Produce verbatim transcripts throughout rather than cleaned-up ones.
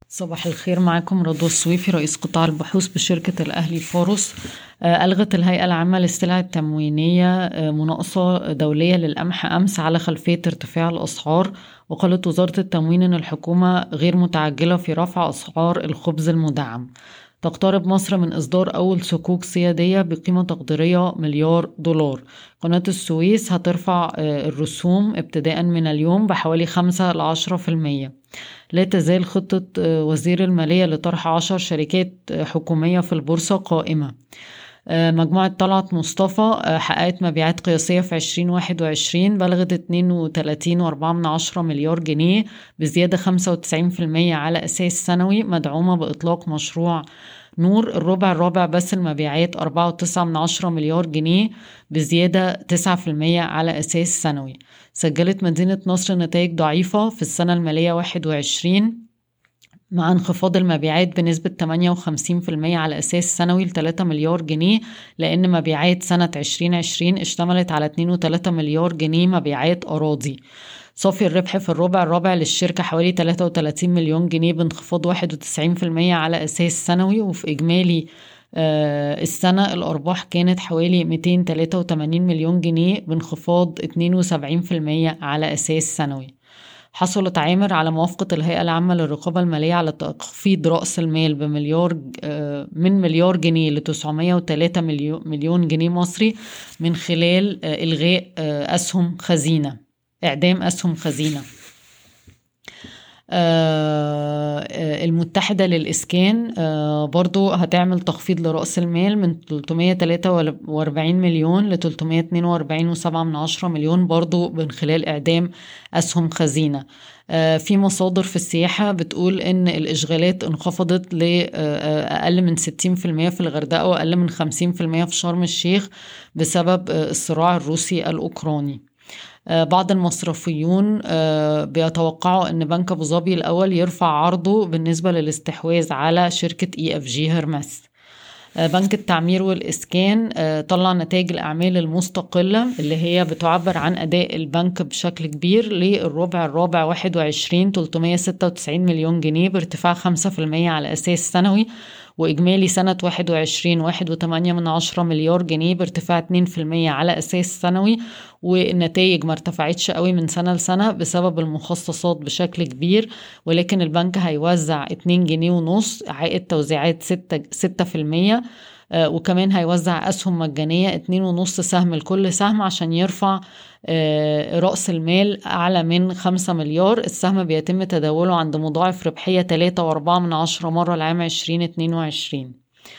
صباح الخير، معاكم رضوى السويفي رئيس قطاع البحوث بشركة الأهلي فورس. آه، ألغت الهيئة العامة للسلع التموينية آه، مناقصة دولية للقمح أمس على خلفية ارتفاع الأسعار. وقالت وزارة التموين أن الحكومة غير متعجلة في رفع أسعار الخبز المدعم. تقترب مصر من إصدار أول صكوك سيادية بقيمة تقديرية مليار دولار. قناة السويس هترفع آه، الرسوم ابتداء من اليوم بحوالي خمسة لعشرة في المية. لا تزال خطة آه، وزير المالية لطرح عشر شركات آه، حكومية في البورصة قائمة. آه، مجموعة طلعت مصطفى آه، حققت مبيعات قياسية في عشرين واحد وعشرين بلغت اتنين وتلاتين وأربعة من عشرة مليار جنيه بزيادة خمسة وتسعين في المية على أساس سنوي، مدعومة بإطلاق مشروع نور. الربع الرابع بس المبيعات أربعة وتسعة من عشرة مليار جنيه بزيادة تسعة في المية على أساس سنوي. سجلت مدينة نصر نتائج ضعيفة في السنة المالية واحد وعشرين مع انخفاض المبيعات بنسبة ثمانية وخمسين في المية على أساس سنوي ل ثلاثة مليار جنيه، لأن مبيعات سنة عشرين عشرين اشتملت على اتنين فاصلة ثلاثة مليار جنيه مبيعات أراضي. صافي الربح في الربع الرابع للشركة حوالي ثلاثة وثلاثين مليون جنيه بانخفاض واحد وتسعين في المية على أساس سنوي. وفي إجمالي آه السنة الأرباح كانت حوالي مئتين وثلاثة وثمانين مليون جنيه بانخفاض اتنين وسبعين في المية على أساس سنوي. حصلت عامر على موافقة الهيئة العامة للرقابة المالية على تخفيض رأس المال بمليار آه، من مليار جنيه ل تسعمائة وثلاثة مليون مليون جنيه مصري من خلال آه، إلغاء آه، أسهم خزينة إعدام أسهم خزينة. آه، آه، المتحدة للإسكان آه، برضو هتعمل تخفيض لرأس المال من ثلاثمائة وثلاثة وأربعين مليون ل ثلاثمائة واثنين وأربعين فاصلة سبعة من عشرة مليون برضو من خلال إعدام أسهم خزينة. آه، في مصادر في السياحة بتقول إن الإشغالات انخفضت لأقل من ستين في المية في الغردقة وأقل من خمسين في المية في شرم الشيخ بسبب آه، الصراع الروسي الأوكراني. آه، بعض المصرفيون آه، بيتوقعوا ان بنك ابو ظبي الاول يرفع عرضه بالنسبة للاستحواذ على شركة اي اف جي هرمس. آه، بنك التعمير والإسكان آه، طلع نتائج الأعمال المستقلة اللي هي بتعبر عن أداء البنك بشكل كبير للربع الرابع واحد وعشرين ثلاثمائة وستة وتسعين مليون جنيه بارتفاع خمسة في المية على أساس سنوي. وإجمالي سنة واحد وعشرين واحد وثمانية من عشرة مليار جنيه بارتفاع اتنين في المية على أساس سنوي. والنتائج ما ارتفعتش قوي من سنة لسنة بسبب المخصصات بشكل كبير، ولكن البنك هيوزع اتنين جنيه ونص عائد توزيعات ستة ستة في المية. آه، وكمان هيوزع أسهم مجانية اتنين ونص سهم لكل سهم عشان يرفع آه، رأس المال أعلى من خمسة مليار. السهم بيتم تداوله عند مضاعف ربحية تلاتة وأربعة من عشرة مرة العام عشرين اتنين وعشرين.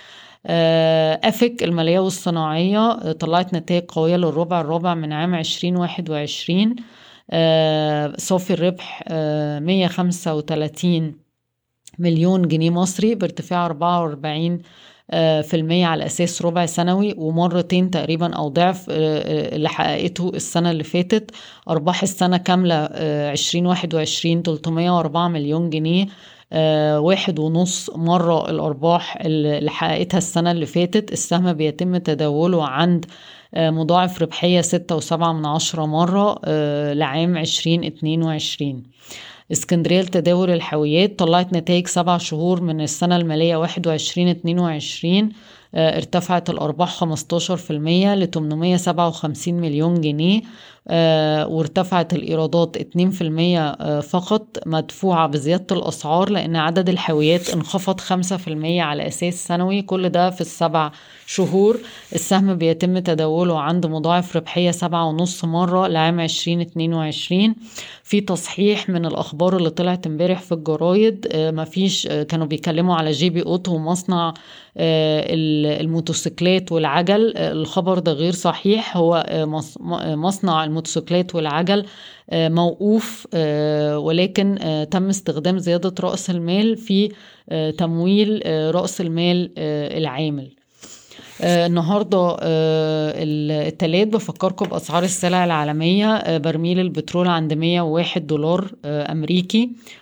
آه، أفك المالية والصناعية آه، طلعت نتائج قوية للربع الرابع من عام عشرين واحد وعشرين. آه، صافي الربح آه، مية وخمسة وثلاثين مليون جنيه مصري بارتفاع أربعة وأربعين آه، في المية على أساس ربع سنوي، ومرتين تقريبا أو ضعف آه، آه، اللي حققته السنة اللي فاتت. أرباح السنة كاملة آه، عشرين واحد وعشرين ثلاثمائة وأربعة مليون جنيه، آه، واحد ونص مرة الأرباح اللي حققتها السنة اللي فاتت. السهم بيتم تداوله عند آه، مضاعف ربحية ستة وسبعة من عشرة مرة آه، لعام عشرين اتنين وعشرين. اسكندرية لتداول الحاويات طلعت نتائج سبع شهور من السنة المالية واحد وعشرين اتنين وعشرين. اه ارتفعت الأرباح خمستاشر في المية ل ثمانمائة وسبعة وخمسين مليون جنيه. اه وارتفعت الإيرادات اتنين في المية اه فقط، مدفوعة بزيادة الأسعار لأن عدد الحاويات انخفض خمسة في المية على أساس سنوي، كل ده في السبع شهور. السهم بيتم تداوله عند مضاعف ربحية سبعة ونص مرة لعام عشرين اتنين وعشرين. في تصحيح من الأخبار اللي طلعت امبارح في الجرايد، آه، مفيش آه، كانوا بيكلموا على جي بي أوتو ومصنع آه، الموتوسيكلات والعجل. آه، الخبر ده غير صحيح. هو آه، مص- م- آه، مصنع الموتوسيكلات والعجل آه، موقوف، آه، ولكن آه، تم استخدام زيادة رأس المال في آه، تمويل آه، رأس المال آه، العامل. آه النهاردة آه التلات بفكركم بأسعار السلع العالمية. آه برميل البترول عند مية وواحد دولار آه أمريكي.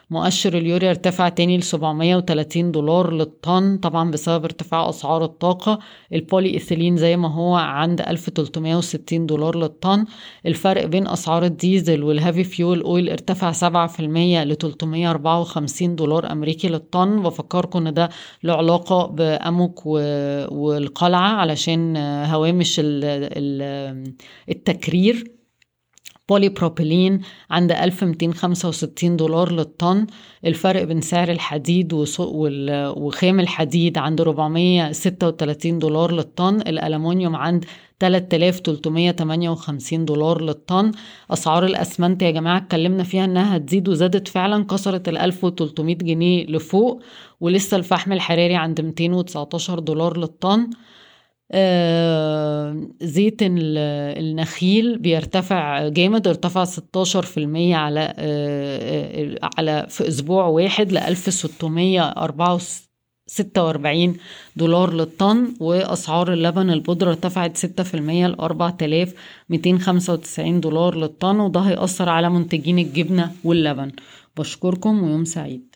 مؤشر اليوريا ارتفع تاني ل سبعمية وتلاتين دولار للطن طبعا بسبب ارتفاع أسعار الطاقة. البولي إيثيلين زي ما هو عند ألف وتلتمية وستين دولار للطن. الفرق بين أسعار الديزل والهافي فيول أويل ارتفع سبعة في المية ل تلتمية وأربعة وخمسين دولار أمريكي للطن. بفكركم إن ده له علاقة بأموك والقلعة علشان هوامش التكرير. بولي بروبيلين عند ألف ومئتين وخمسة وستين دولار للطن. الفرق بين سعر الحديد وخام الحديد عند أربعمية وستة وتلاتين دولار للطن. الألمونيوم عند تلاتة آلاف وتلتمية وتمانية وخمسين دولار للطن. أسعار الأسمنت يا جماعة اتكلمنا فيها إنها هتزيد وزادت فعلا، كسرت الألف وتلتمية جنيه لفوق. ولسه الفحم الحراري عند مئتين وتسعتاشر دولار للطن. آه زيت النخيل بيرتفع جامد، ارتفع ستاشر في المية على آه على في اسبوع واحد ل ألف وستمية وستة وأربعين دولار للطن. واسعار اللبن البودرة ارتفعت ستة في المية ل أربعة آلاف ومئتين وخمسة وتسعين دولار للطن، وده هيأثر على منتجين الجبنة واللبن. بشكركم ويوم سعيد.